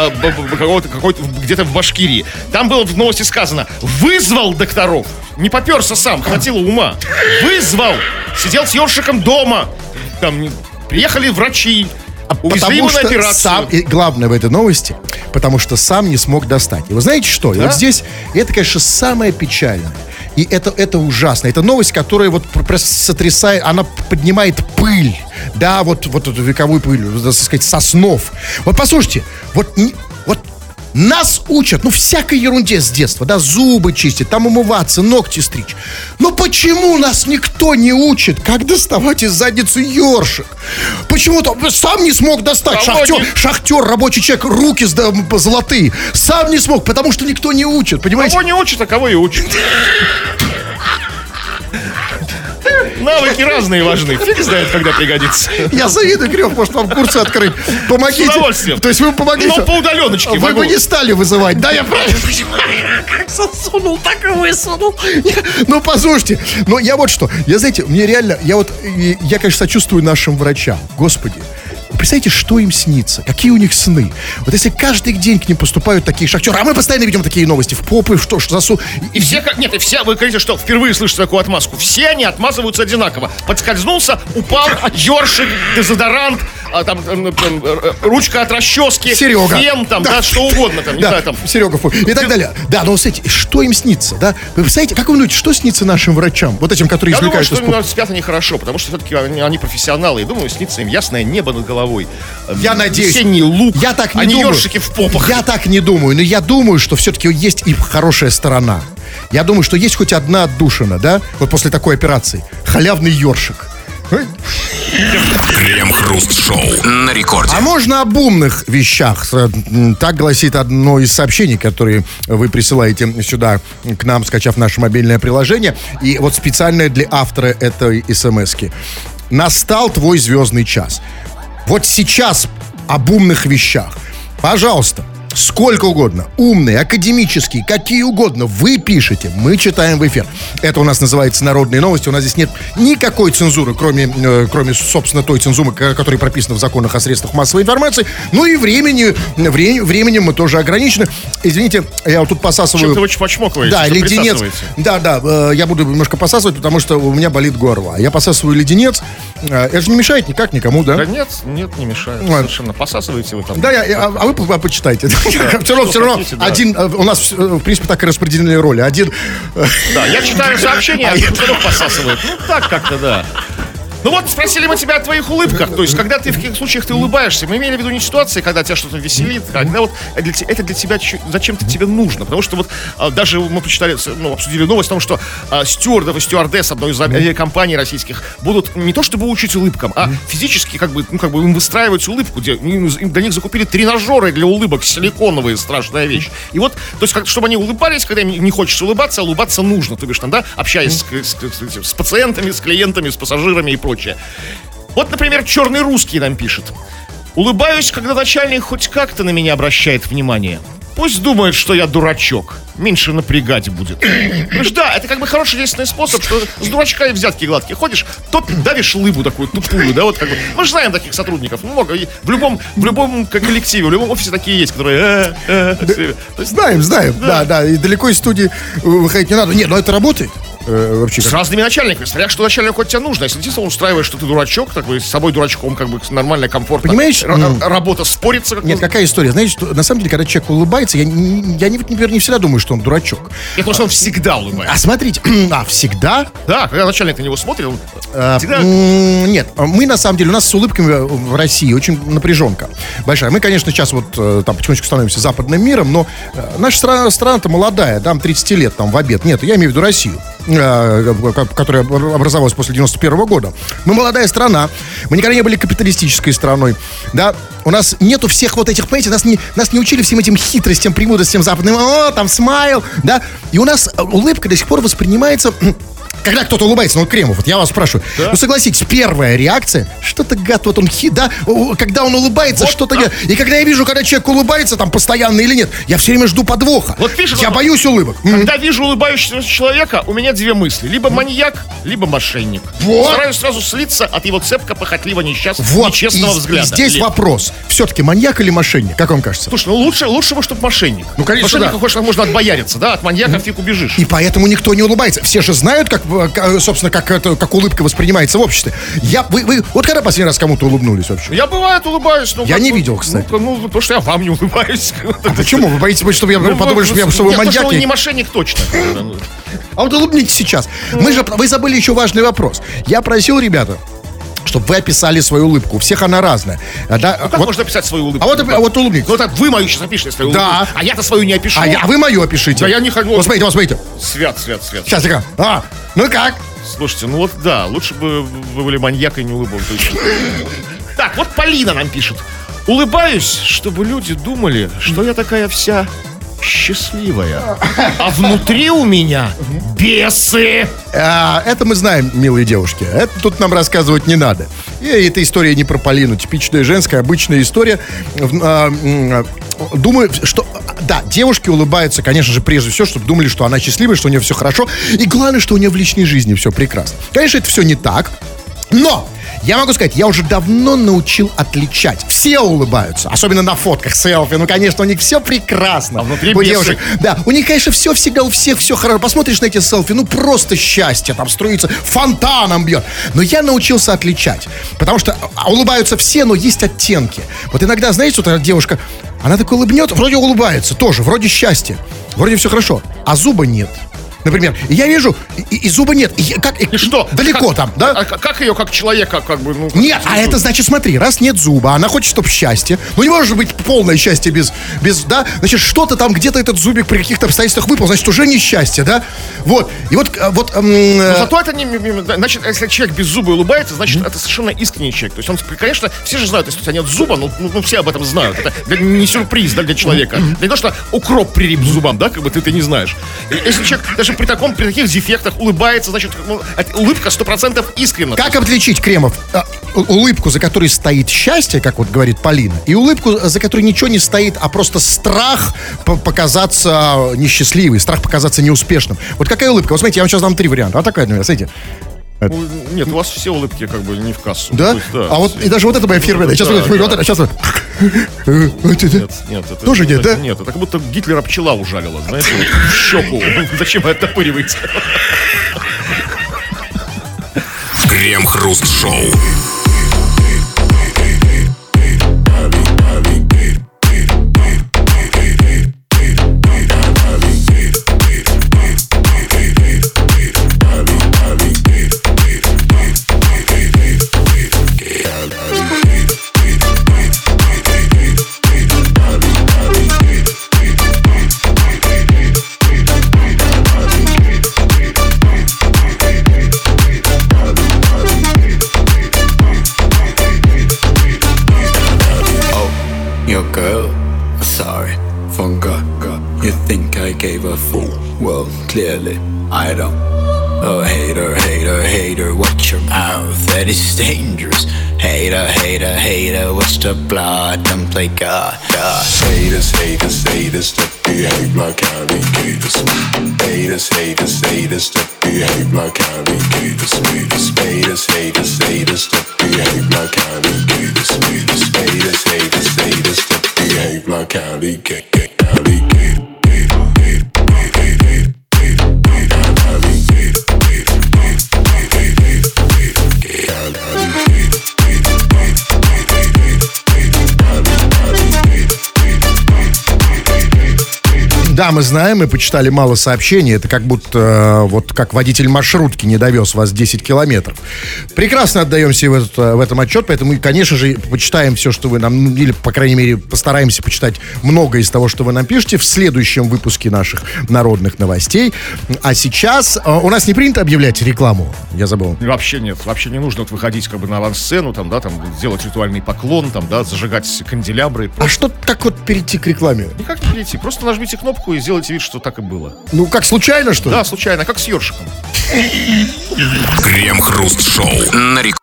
где-то в Башкирии. Там было в новости сказано: вызвал докторов, не поперся сам, хватило ума. Вызвал, сидел с ёршиком дома, там приехали врачи. Потому что сам, и главное в этой новости, потому что сам не смог достать. И вы знаете что? Да? И вот здесь, это, конечно, самое печальное. И это ужасно. Это новость, которая вот сотрясает, она поднимает пыль. Да, вот эту вековую пыль, так сказать, со снов. Вот послушайте, вот нас учат, всякой ерунде с детства, да, зубы чистить, там умываться, ногти стричь. Но почему нас никто не учит, как доставать из задницы ёршик? Почему-то сам не смог достать. Шахтер, рабочий человек, руки золотые. Сам не смог, потому что никто не учит, понимаете? Кого не учат, а кого и учат. Навыки разные важны. Фиг знает, когда пригодится. Я завидую, Кремов, может вам курсы открыть. Помогите. С удовольствием. То есть вы помогите. Но по удаленочке. Вы бы не стали вызывать. Да, я правильно понимаю. Как засунул, так и высунул. Ну, послушайте. Но я вот что. Я, знаете, мне реально... Я, конечно, сочувствую нашим врачам. Господи. Представляете, что им снится? Какие у них сны? Вот если каждый день к ним поступают такие шахтеры, а мы постоянно видим такие новости в попы, что засу... И все, вы говорите, что впервые слышите такую отмазку. Все они отмазываются одинаково. Подскользнулся, упал, ёршик, дезодорант, ручка от расчески, Серега. фен, да, что угодно, там, не знаю, там. Серега, и так далее. Да, но, кстати, что им снится, да? Вы представляете, как вы думаете, что снится нашим врачам? Вот этим, которые извлекают... Я думаю, что спят они хорошо, потому что все-таки они профессионалы. И думаю, снится им ясное небо над головой. Я надеюсь. Весенний лук, я так не думаю. Ёршики в попах. Я так не думаю, но я думаю, что все-таки есть и хорошая сторона. Я думаю, что есть хоть одна отдушина, да? Вот после такой операции. Халявный ёршик. Крем-хруст-шоу на рекорде. А можно об умных вещах? Так гласит одно из сообщений, которые вы присылаете сюда к нам, скачав наше мобильное приложение. И вот специально для автора этой смс-ки. Настал твой звездный час. Вот сейчас об умных вещах. Пожалуйста, сколько угодно, умные, академические, какие угодно, вы пишете, мы читаем в эфир. Это у нас называется «Народные новости». У нас здесь нет никакой цензуры, кроме собственно, той цензуры, которая прописана в законах о средствах массовой информации. Ну и временем мы тоже ограничены. Извините, я вот тут посасываю... Чем-то вы почмокиваете, да, леденец. Да, я буду немножко посасывать, потому что у меня болит горло. Я посасываю леденец. Это же не мешает никак никому, да? Да нет, не мешает. Совершенно. Посасываете вы там. Да, а вы почитайте. Все равно один, у нас, в принципе, так и распределены роли. Один... Да, я читаю сообщения, а кто посасывает. Ну, так как-то, да. Ну вот, спросили мы тебя о твоих улыбках. То есть, когда ты в каких случаях ты улыбаешься, мы имели в виду не ситуации, когда тебя что-то веселит, когда вот это для тебя зачем-то тебе нужно. Потому что вот даже мы почитали, обсудили новость о том, что стюардов и стюардесс одной из авиакомпаний российских будут не то чтобы учить улыбкам, а физически как бы им выстраивать улыбку. Для них закупили тренажеры для улыбок, силиконовые, страшная вещь. И вот, то есть, чтобы они улыбались, когда им не хочется улыбаться, а улыбаться нужно. То бишь там, да, общаясь с пациентами, с клиентами, с пассажирами и прочее. Вот, например, черный русский нам пишет. Улыбаюсь, когда начальник хоть как-то на меня обращает внимание. Пусть думает, что я дурачок. Меньше напрягать будет. Ну да, это как бы хороший действенный способ, что с дурачка и взятки гладкие. Ходишь, давишь лыбу такую тупую, да, вот как бы. Мы же знаем таких сотрудников много. В любом коллективе, в любом офисе такие есть, которые... Знаем, да, и далеко из студии выходить не надо. Нет, но это работает. Вообще, с разными начальниками. Смотря, что начальник хоть тебя нужно. Если ты устраиваешь, что ты дурачок, так бы с собой дурачком, как бы нормально, комфортно. Понимаешь? Работа спорится. Нет, какая история? Знаете, что на самом деле, когда человек улыбается, я например, не всегда думаю, что он дурачок. Я потому что он всегда улыбается. А смотрите, всегда? Да, когда начальник на него смотрит, он всегда... Нет, мы на самом деле, у нас с улыбками в России очень напряженка большая. Мы, конечно, сейчас вот там потихонечку становимся западным миром, но наша страна-то молодая, там 30 лет, там в обед. Нет, я имею в виду Россию, которая образовалась после 91 года. Мы молодая страна, мы никогда не были капиталистической страной, да, у нас нету всех вот этих, понимаете, нас не учили всем этим хитростям, премудростям западным, там смайл, да, и у нас улыбка до сих пор воспринимается... Когда кто-то улыбается, вот Кремов, вот я вас спрашиваю, да? Ну согласитесь, первая реакция, что-то гад, вот он да, когда он улыбается, вот, что-то гад. И когда я вижу, когда человек улыбается, там, постоянно или нет, я все время жду подвоха. Вот пишет, я боюсь улыбок. Когда вижу улыбающегося человека, у меня две мысли. Либо маньяк, либо мошенник. Вот. Стараюсь сразу слиться от его цепко-похотливо нечестного взгляда. Здесь вопрос. Все-таки маньяк или мошенник, как вам кажется? Слушай, лучше бы, чтобы мошенник. Ну, конечно, мошенника, конечно, можно отбояриться, да, от маньяка фиг убежишь. И поэтому никто не улыбается. Все же знают, собственно, как улыбка воспринимается в обществе. Вы вот когда последний раз кому-то улыбнулись вообще? Я бывает улыбаюсь. Я не видел, кстати. Потому что я вам не улыбаюсь. А почему? Вы боитесь, чтобы я подумал, что вы маньяк? Вы не мошенник точно. А вот улыбнитесь сейчас. Вы забыли еще важный вопрос. Я просил, ребята, чтобы вы описали свою улыбку. У всех она разная. Да? Ну, как можно описать свою улыбку? А вот улыбнитесь. Ну, так вы мою сейчас опишите, свою улыбку. Да. А я-то свою не опишу. А вы мою опишите. Да я не хочу. Вот смотрите. Свят. Сейчас, ну как? Слушайте, ну вот да, лучше бы вы были маньякой, не улыбались. Так, вот Полина нам пишет. Улыбаюсь, чтобы люди думали, что я такая вся счастливая. А внутри у меня бесы. Это мы знаем, милые девушки. Это тут нам рассказывать не надо. И эта история не про Полину. Типичная женская, обычная история. Думаю, что... Да, девушки улыбаются, конечно же, прежде всего, чтобы думали, что она счастливая, что у нее все хорошо. И главное, что у нее в личной жизни все прекрасно. Конечно, это все не так. Но... Я могу сказать, я уже давно научил отличать. Все улыбаются, особенно на фотках, селфи. Ну, конечно, у них все прекрасно. А внутри у девушек. Да, у них, конечно, все всегда, у всех все хорошо. Посмотришь на эти селфи, ну, просто счастье там струится, фонтаном бьет. Но я научился отличать. Потому что улыбаются все, но есть оттенки. Вот иногда, знаете, вот эта девушка, она так улыбнет, вроде улыбается тоже, вроде счастье, вроде все хорошо, а зуба нет. например, и я вижу, и зуба нет. И что? Далеко там, да? Как ее, как человека, как бы, ну... Нет, а это значит, смотри, раз нет зуба, она хочет, чтобы счастье. Ну, не может быть полное счастье без, да? Значит, что-то там, где-то этот зубик при каких-то обстоятельствах выпал, значит, уже несчастье, да? Вот, и вот... Но зато это не... Значит, если человек без зуба улыбается, значит, это совершенно искренний человек. То есть он, конечно, все же знают, если у тебя нет зуба, ну все об этом знают. Это не сюрприз, да, для человека. Не то, что укроп прилип к зубам, да, как бы ты не знаешь. Если человек даже при таких дефектах улыбается, значит, улыбка 100% искренна. Как отличить, Кремов, улыбку, за которой стоит счастье, как вот говорит Полина, и улыбку, за которой ничего не стоит, а просто страх показаться несчастливым, страх показаться неуспешным? Вот какая улыбка? Вот смотрите, я вам сейчас дам 3 варианта. А такая, например, смотрите. Нет, у вас все улыбки как бы не в кассу. Да? Есть, да. А вот и даже вот это моя фирменная. Сейчас вот это, сейчас вот. Нет, это тоже нет, да? Нет, это как будто Гитлера пчела ужалила, знаете, вот в щеку. Зачем вы оттопыриваете? Крем-хруст-шоу. Your girl, sorry, forgot. You think I gave a fool? Well, clearly I don't. Oh, hater, hater, hater, watch your mouth, that is dangerous. Hater, hater, hater, watch the blood, don't play God. Haters, haters, haters that behave like alligators. Haters, haters, haters that behave like alligators. Haters, haters, haters that behave like alligators. Haters, haters, haters that behave like alligators. Да, мы знаем, мы почитали мало сообщений. Это как будто вот как водитель маршрутки не довез вас 10 километров. Прекрасно отдаем себе в этом отчет, поэтому, конечно же, почитаем все, что вы нам, или, по крайней мере, постараемся почитать много из того, что вы нам пишете в следующем выпуске наших народных новостей. А сейчас у нас не принято объявлять рекламу, я забыл. Вообще нет, вообще не нужно вот выходить как бы на авансцену, там, да, там, делать ритуальный поклон, там, да, зажигать канделябры. А что, как вот перейти к рекламе? Никак не перейти, просто нажмите кнопку и сделайте вид, что так и было. Ну, как случайно, что ли? Да, случайно, как с ёршиком. Крем-хруст-шоу на Рекорд.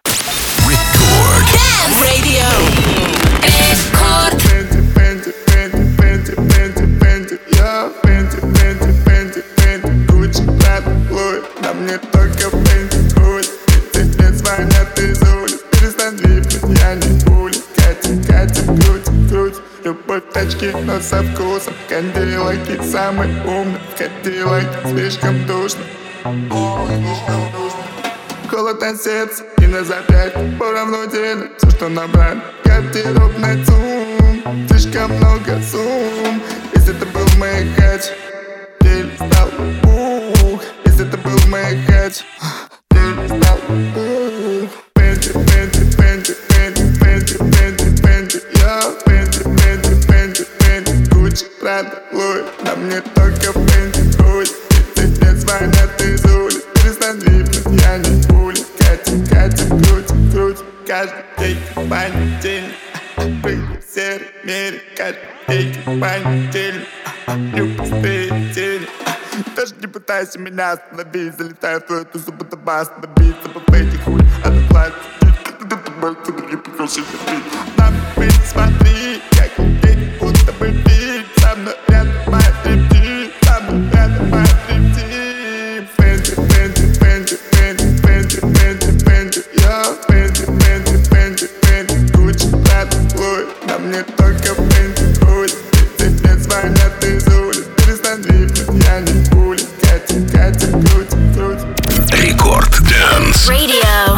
Любовь в тачке, но со вкусом. Кандилайки самый умный. Кандилайки слишком душно. Холодно сердце и на запястье поровну делим все, что набрали. Гардеробный цум, слишком много сумм. Если это был мой хач, дель стал ух. Если это был мой хач, дель стал ух. Пенти, пенти, пенти, пенти, пенти, пенти, пенти, я пенти, пенти, пенти, пенти, Гуччи, Прада, Луи, на мне только пенти, хуй. 30 лет звонят из улиц, перестань липнуть, я не пуля. Катя, Катя, круть, круть, каждый день понедельник. Прыгну в серой мире, каждый день понедельник. Люблю пустые тени. Даже не пытайся меня остановить. Залетаю в твою тусу, будто бас на бит. Забывайте хуй, отоплать. На меня смотри, как день, будто бы бит. Со мной рядом моя трипти, со мной рядом моя трипти. Фэнти, фэнти, фэнти, фэнти, фэнти, фэнти, фэнти, я фэнти, фэнти, фэнти, фэнти, Гуччи, Прада, Луи, на мне только фэнти, хуй. 30 лет звонят из улиц, перестань липнуть, я не пуля. Катя, Катя, круть, круть. Рекорд Дэнс. Radio.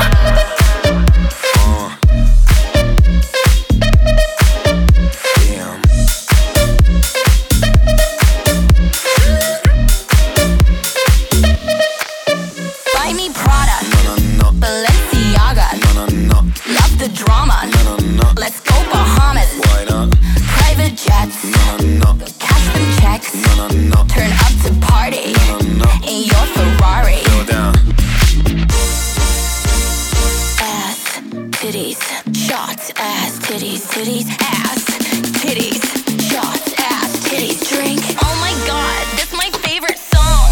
shots, ass, titties, titties, ass, titties, shots, ass, titties, drink. Oh my god, that's my favorite song.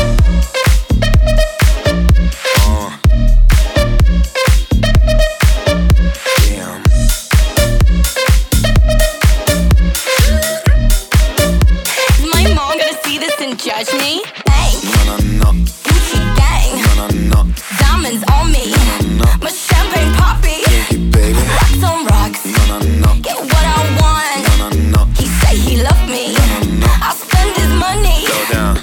Damn. Is my mom gonna see this and judge me? Bang, No. Gucci gang, No. diamonds on me. My champagne poppy, Hey, baby. rocks on rocks. No. Get what I want. No. He say he love me. I'll spend his money. Go down.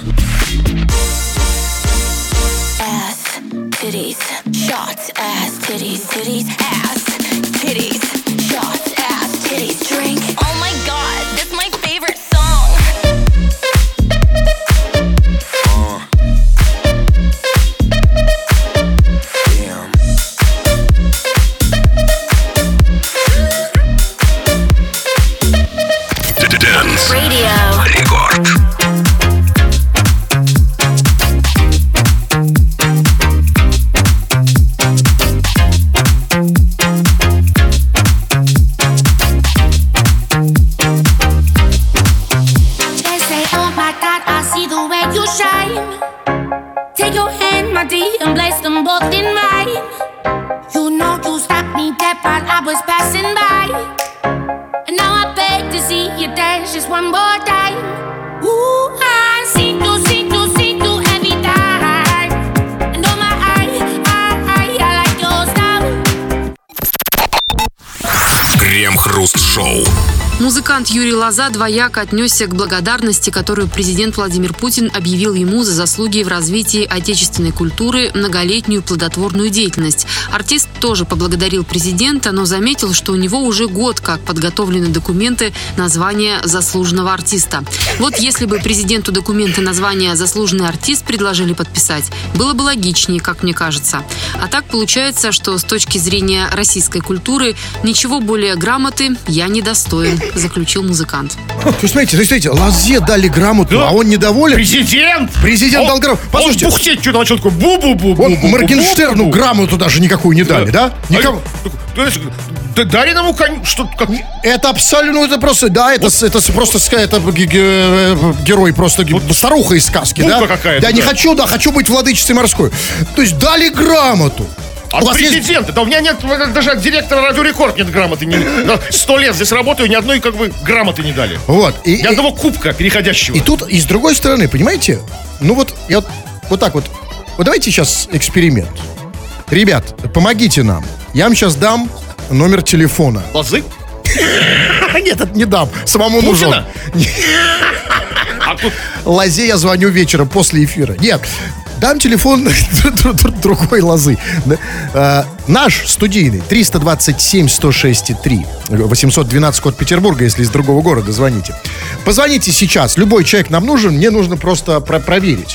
Ass, titties, shots, ass, titties, titties, ass, titties, shots, ass, titties, drink. Oh my god, that's my favorite song. Damn. Dance. Radio. Рекорд. They say, oh my God, I see the way you shine. Take your hand, my dear, and place them both in mine. You know you stopped me dead while I was passing by. And now I beg to see you dance just one more time. Ooh, I see you every time. And oh my, I like your style. Крем-хруст-шоу. Музыкант Юрий Лоза двояко отнесся к благодарности, которую президент Владимир Путин объявил ему за заслуги в развитии отечественной культуры, многолетнюю плодотворную деятельность. Артист тоже поблагодарил президента, но заметил, что у него уже год как подготовлены документы на звание заслуженного артиста. Вот если бы президенту документы на звание заслуженный артист предложили подписать, было бы логичнее, как мне кажется. А так получается, что с точки зрения российской культуры ничего более грамоты я не достоин, заключил музыкант. Вы смотрите, Лозе дали грамоту, Да. а он недоволен. Президент! Президент дал грамоту. Послушайте, Он бухтеть что-то начал, такой бу-бу-бу. вот Моргенштерну грамоту даже никакую не дали, да? Никому. Дариному коню, что как... Это абсолютно, это просто, да, это просто это герой, просто старуха из сказки, Буква да? какая-то, Да, не да. хочу, да, хочу быть владычицей морской. То есть дали грамоту. От У вас есть- президента. Да у меня нет, даже от директора Радио Рекорд нет грамоты. 100 лет здесь работаю, ни одной как бы грамоты не дали. Вот. Ни одного кубка переходящего. И тут, и с другой стороны, понимаете, ну вот, я вот так вот, вот давайте сейчас эксперимент. Ребят, помогите нам. Я вам сейчас дам номер телефона. Лозы? Нет, это не дам. Самому нужен. Путина? А тут Лозе я звоню вечером после эфира. Нет, дам телефон другой Лозы. Наш студийный 327-106-3. 812 код Петербурга, если из другого города звоните. Позвоните сейчас. Любой человек нам нужен. Мне нужно просто проверить.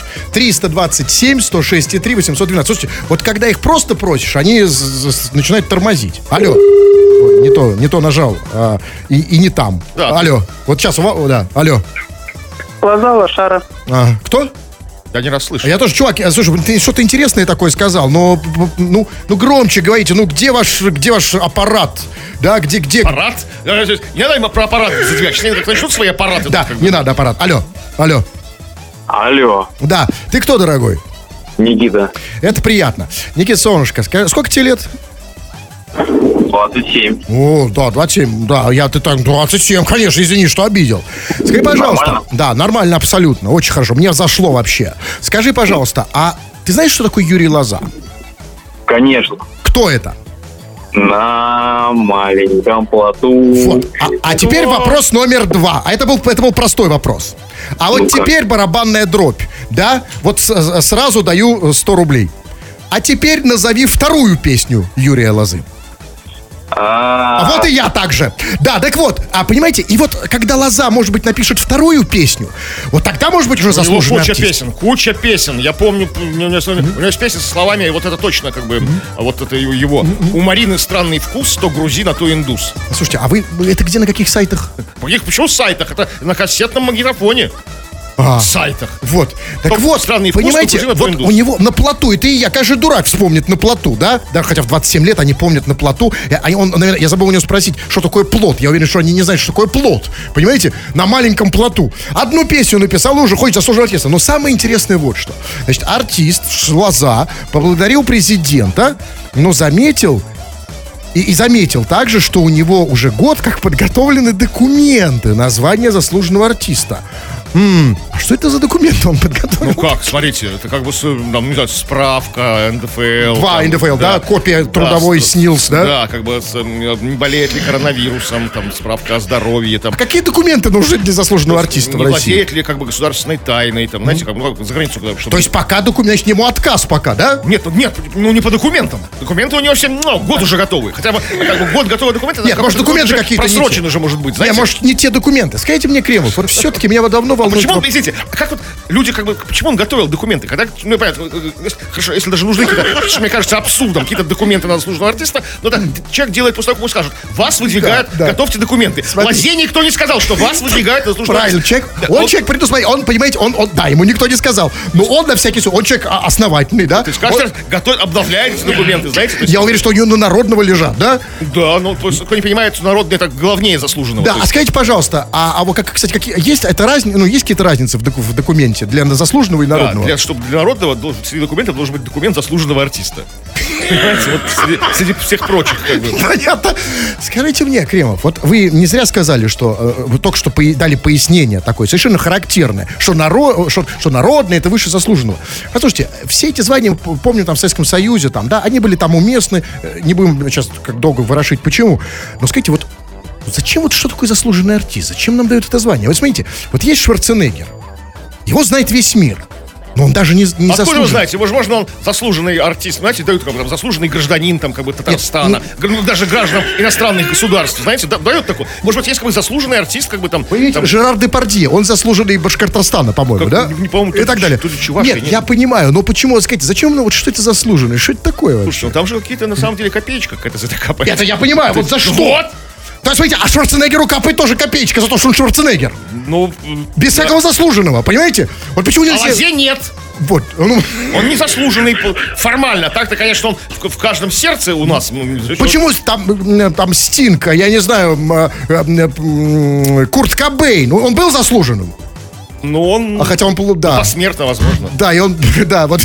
327-106-3. 812. Слушайте, вот когда их просто просишь, они начинают тормозить. Алло. Ой, не то нажал. И не там. Да. Алло. Вот сейчас. Да. Алло. Лоза Лошара. Кто? я не расслышал. Я тоже, чувак, слушай, ты что-то интересное такое сказал, но ну громче говорите, ну где ваш аппарат? Да, где? Аппарат? Не надо им про аппарат задвигать. Сейчас они начнут свои аппараты. Да, не надо аппарат. Алло. Алло, Да, ты кто, дорогой? Никита. Это приятно. Никита, солнышко, сколько тебе лет? 27. О, да, 27, да, ты так, 27, конечно, извини, что обидел. Скажи, пожалуйста. Нормально? Да, нормально, абсолютно, очень хорошо, мне зашло вообще. Скажи, пожалуйста, а ты знаешь, что такое Юрий Лоза? Конечно. Кто это? На маленьком плоту. Вот. А теперь вопрос номер 2. А это был простой вопрос. А вот Ну-ка. теперь барабанная дробь. Да? Вот сразу даю 100 рублей. А теперь назови вторую песню Юрия Лозы. А вот и я также. Да, так вот, понимаете, и вот когда Лоза, может быть, напишет вторую песню, вот тогда, может быть, уже У него заслуженный куча артист. песен, куча песен. Я помню, у него есть песня со словами, вот это точно как бы, вот это его. У Марины странный вкус, то грузин, а то индус. Слушайте, а вы это где, на каких сайтах? Почему сайтах? Это на кассетном магнитофоне. сайтах. Вот. Так Только вот, странный вкус, понимаете, только вот индус. у него на плоту, и ты и я, каждый дурак вспомнит на плоту, да? Да, хотя в 27 лет они помнят на плоту. Наверное, я забыл у него спросить, что такое плот. Я уверен, что они не знают, что такое плот. Понимаете? На маленьком плоту. Одну песню написал, и уже ходит заслуженного артиста. Но самое интересное вот что. Значит, артист Лоза поблагодарил президента, но заметил... И заметил также, что у него уже год как подготовлены документы на звание заслуженного артиста. А что это за документы он подготовил? Ну как, смотрите, это как бы, там, не знаю, справка, НДФЛ. Два там, НДФЛ, да? Копия трудовой СНИЛС, да? Да, как бы, не болеет ли коронавирусом, там, справка о здоровье, там. А какие документы нужны для заслуженного артиста не в России? владеет ли, как бы, государственной тайной, там, знаете, как, за границу куда-то. То есть пока документ, значит, ему отказ пока, да? Нет, не по документам. Документы у него все, год уже готовы. Хотя бы, как бы, год готовые документы. Нет, может, документы какие-то просрочены уже, может быть, знаете? Нет, может, не те документы. Скажите мне, Кремов, вот все-таки меня давно волнует... Почему, извините, как вот люди, как бы, почему он готовил документы? Когда, ну, понятно, хорошо, если даже нужны какие-то, что мне кажется абсурдом, какие-то документы на заслуженного артиста, но да, человек делает после того, как ему скажут, вас выдвигают, готовьте документы. Лозе никто не сказал, что вас выдвигают на заслуженного артиста. Правильно, человек предусмотрел, он, понимаете, да, ему никто не сказал, но он на всякий случай, он человек основательный, да? То есть каждый раз обновляет эти документы, знаете? Я уверен, что у него на народного лежат, да? Да, ну, кто не понимает, что народный это главнее заслуженного. Да, а скажите, пожалуйста, а вот, кстати, какие есть какие-то разницы в документе для заслуженного и народного? Да, чтобы для народного среди документов должен быть документ заслуженного артиста. Понимаете, вот среди всех прочих, как бы. Понятно. Скажите мне, Кремов, вот вы не зря сказали, что вы только что дали пояснение такое, совершенно характерное, что народное это выше заслуженного. Послушайте, все эти звания, помню, там в Советском Союзе, там, да, они были там уместны, не будем сейчас как долго ворошить, почему. Но скажите, вот зачем вот что такое заслуженный артист? Зачем нам дают это звание? Вот смотрите, вот есть Шварценеггер, его знает весь мир. Но он даже не заслуженный. Откуда вы знаете? Возможно, он заслуженный артист. Знаете, дают как бы там заслуженный гражданин там, как бы Татарстана. Даже гражданам иностранных государств. Знаете, дают такой. Может быть, есть как бы заслуженный артист, как бы там. Вы видите, Жерар Депардье, он заслуженный Башкортостана, по-моему, да? Не помню. И так далее. Нет, я понимаю, но почему, скажите, зачем, ну вот что это заслуженный? Что это такое вообще? Слушайте, ну там же какие-то, на самом деле, копеечка какая-то за это капает. Это я понимаю, вот за что? Вот! То есть, смотрите, а Шварценеггеру капает тоже копеечка за то, что он Шварценеггер. Ну, без всякого заслуженного, понимаете? Вот почему нельзя... А Лозе нет. Вот. Он не заслуженный формально. Так-то, конечно, он в каждом сердце у нас. Почему там Стинг, я не знаю, Курт Кобейн, он был заслуженным? Ну, он... А хотя он... Да. Посмертно, возможно. Да, и он... Да, вот...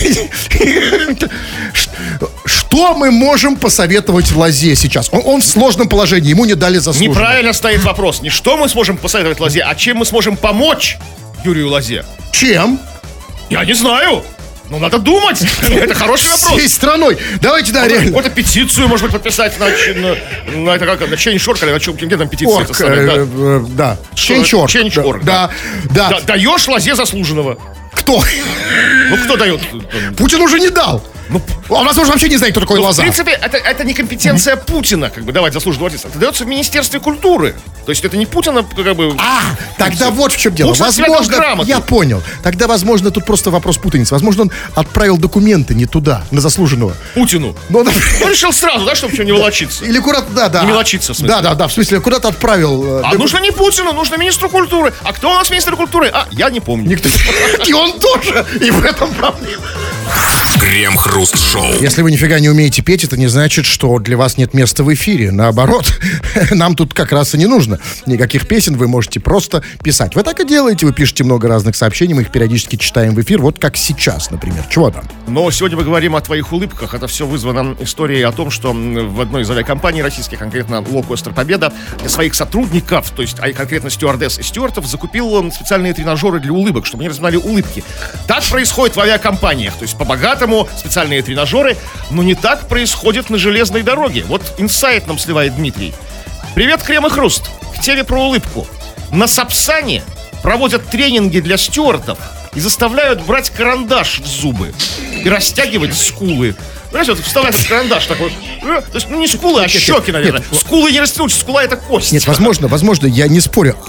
Что мы можем посоветовать Лозе сейчас? Он в сложном положении, ему не дали заслуженного. Неправильно стоит вопрос. Не что мы сможем посоветовать Лозе, а чем мы сможем помочь Юрию Лозе. Чем? Я не знаю. Ну, надо думать. Это хороший вопрос. Всей страной. Давайте, да, реально. Какую-то петицию, может быть, подписать на это как, на Change.org, или на чем, где там петиция? Да. Change.org. Да. Даешь Лозе заслуженного. Кто? Ну, кто дает? Путин уже не дал. Он, возможно, вообще не знает, кто такой Лоза. В принципе, это не компетенция Путина, как бы давать заслуженного артиста. Это дается в Министерстве культуры. То есть это не Путина, как бы... Тогда вот в чем дело. Возможно, я понял. Тогда, возможно, тут просто вопрос путаницы. Возможно, он отправил документы не туда, на заслуженного. Путину. Он решил сразу, да, чтобы не волочиться. Или куда-то, да. Не мелочиться, в смысле. Да, в смысле, куда-то отправил. А нужно не Путину, нужно министру культуры. А кто у нас министр культуры? Я не помню. Никто. И он тоже. И в этом проблема. Крем-хруст-шоу. Если вы нифига не умеете петь, это не значит, что для вас нет места в эфире. Наоборот, нам тут как раз и не нужно никаких песен, вы можете просто писать. Вы так и делаете, вы пишете много разных сообщений, мы их периодически читаем в эфир, вот как сейчас, например. Чего там? Но сегодня мы говорим о твоих улыбках. Это все вызвано историей о том, что в одной из авиакомпаний российских, конкретно Лоукостер Победа, для своих сотрудников, то есть конкретно стюардесс и стюартов, закупил специальные тренажеры для улыбок, чтобы они разминали улыбки. Так происходит в авиакомпаниях, то есть по-богатому специальные тренажеры, но не так происходит на железной дороге. Вот инсайт нам сливает Дмитрий. Привет, Крем и Хруст. К теме про улыбку. На Сапсане проводят тренинги для стюардов и заставляют брать карандаш в зубы и растягивать скулы. Знаете, вот вставляет этот карандаш такой. То есть, не скулы, а щеки, наверное. Скулы не растянуть, скула это кость. Нет, возможно, я не спорю.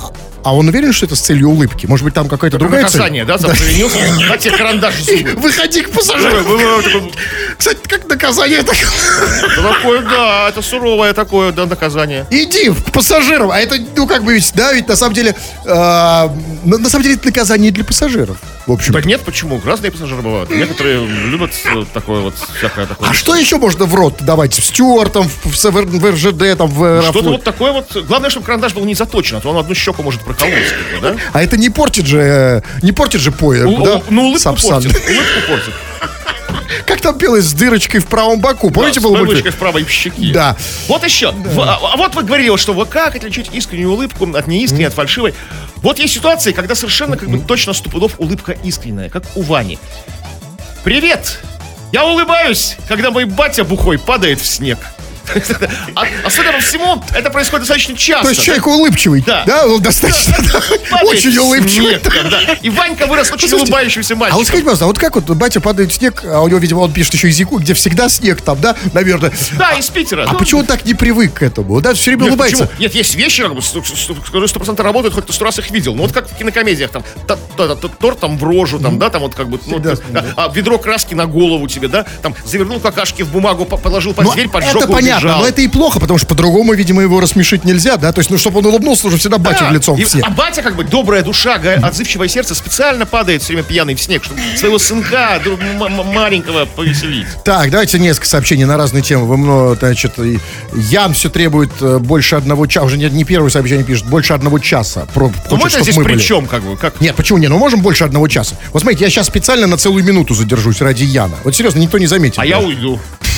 А он уверен, что это с целью улыбки? Может быть, там какая-то другая цель? Наказание, да, там провинился, на тебе карандаш в зубы. Выходи к пассажирам. Кстати, как наказание такое? Такое, да, это суровое такое, да, наказание. Иди к пассажирам. А это, ну, как бы, ведь, да, ведь на самом деле, на самом деле это наказание для пассажиров. В общем. Да нет, почему? Разные пассажиры бывают. Некоторые любят такое вот, всякое такое. А что еще можно в рот давать? Стюартом, в РЖД, там, в Аэрофлот? Что-то вот такое вот. Главное, чтобы карандаш был не заточен, а то он одну щеку может проколоть, да? А это не портит же поезд, да? Ну, улыбку Сапсан. портит. Улыбку портит. Как там пелось с дырочкой в правом боку? Помните, да, был с мультик? дырочкой в правой щеке. Да. Вот еще. А вот вы говорили, что вот как отличить искреннюю улыбку от неискренней, от фальшивой. Вот есть ситуации, когда совершенно как бы точно 100% улыбка искренняя, как у Вани. Привет! Я улыбаюсь, когда мой батя бухой падает в снег. А судя по всему, это происходит достаточно часто. То есть человек улыбчивый. Да. Он достаточно, очень улыбчивый. И Ванька вырос очень улыбающимся мальчиком. А вот скажите, пожалуйста, а вот как вот батя падает в снег, а у него, видимо, он пишет еще языку, где всегда снег там, да, наверное. Да, из Питера. А почему он так не привык к этому? Да, все время улыбается. Нет, есть вещи, как бы, которые 100% работают, хоть ты 100 раз их видел. Ну вот как в кинокомедиях, там, торт там в рожу, там, да, там вот как бы, ведро краски на голову тебе, да, там, завернул какашки в бумагу, положил под дверь, поджег, убежал. Но это и плохо, потому что по-другому, видимо, его рассмешить нельзя, да? То есть, ну, чтобы он улыбнулся, нужно всегда батю в лицом в снег. А батя, как бы, добрая душа, отзывчивое сердце, специально падает все время пьяный в снег, чтобы своего сынка маленького повеселить. Так, давайте несколько сообщений на разные темы. Значит, Ян все требует больше 1 часа. Уже не первое сообщение пишет, больше 1 часа. Ну, мы здесь при чем, как бы? Как? Нет, почему не? Ну, можем больше 1 часа. Вот смотрите, я сейчас специально на целую минуту задержусь ради Яна. Вот серьезно, никто не заметит. А я уйду.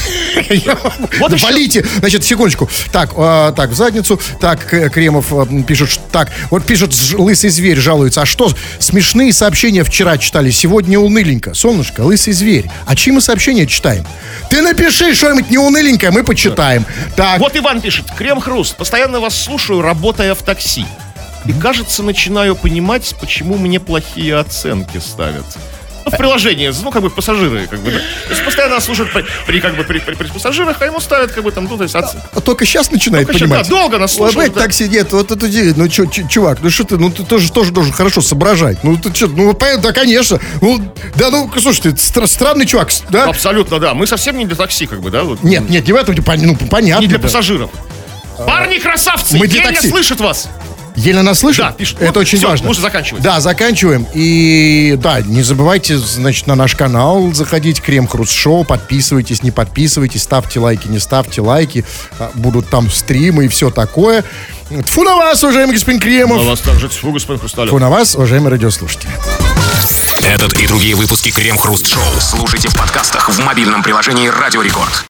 Вот валите, значит, секундочку. Так, в задницу. Так, Кремов пишет, так, вот пишет, лысый зверь жалуется. А что, смешные сообщения вчера читали, сегодня уныленько. Солнышко, лысый зверь. А чьи мы сообщения читаем? Ты напиши что-нибудь не уныленькое, мы почитаем. Так. Вот Иван пишет, Крем-хруст, постоянно вас слушаю, работая в такси. И, кажется, начинаю понимать, почему мне плохие оценки ставят. Ну, в приложении, ну, как бы пассажиры, как бы, да. То есть постоянно слушают при пассажирах, а ему ставят, как бы, там, ну, то есть... Только сейчас начинает понимать. Да, долго нас слушают. Да. Такси нет, вот это, ну, чувак, ну, что ты, ну, ты тоже должен хорошо соображать. Ну, ты что, ну, да, конечно. Ну, да, ну, слушай, ты странный чувак, да? Абсолютно, да. Мы совсем не для такси, как бы, да? Вот. Нет, не в этом, ну, понятно. Не для пассажиров. Парни-красавцы, Еня слышит вас. Елена нас слышит? Да, пишет. Это очень все, важно. Нужно заканчивать. Да, заканчиваем. И да, не забывайте, значит, на наш канал заходить, Крем-хруст шоу, подписывайтесь, не подписывайтесь, ставьте лайки, не ставьте лайки. Будут там стримы и все такое. Тьфу на вас, уважаемый господин Кремов. На вас также тьфу, господин Хрусталев. Тьфу на вас, уважаемые радиослушатели. Этот и другие выпуски Крем-хруст шоу слушайте в подкастах в мобильном приложении Радио Рекорд.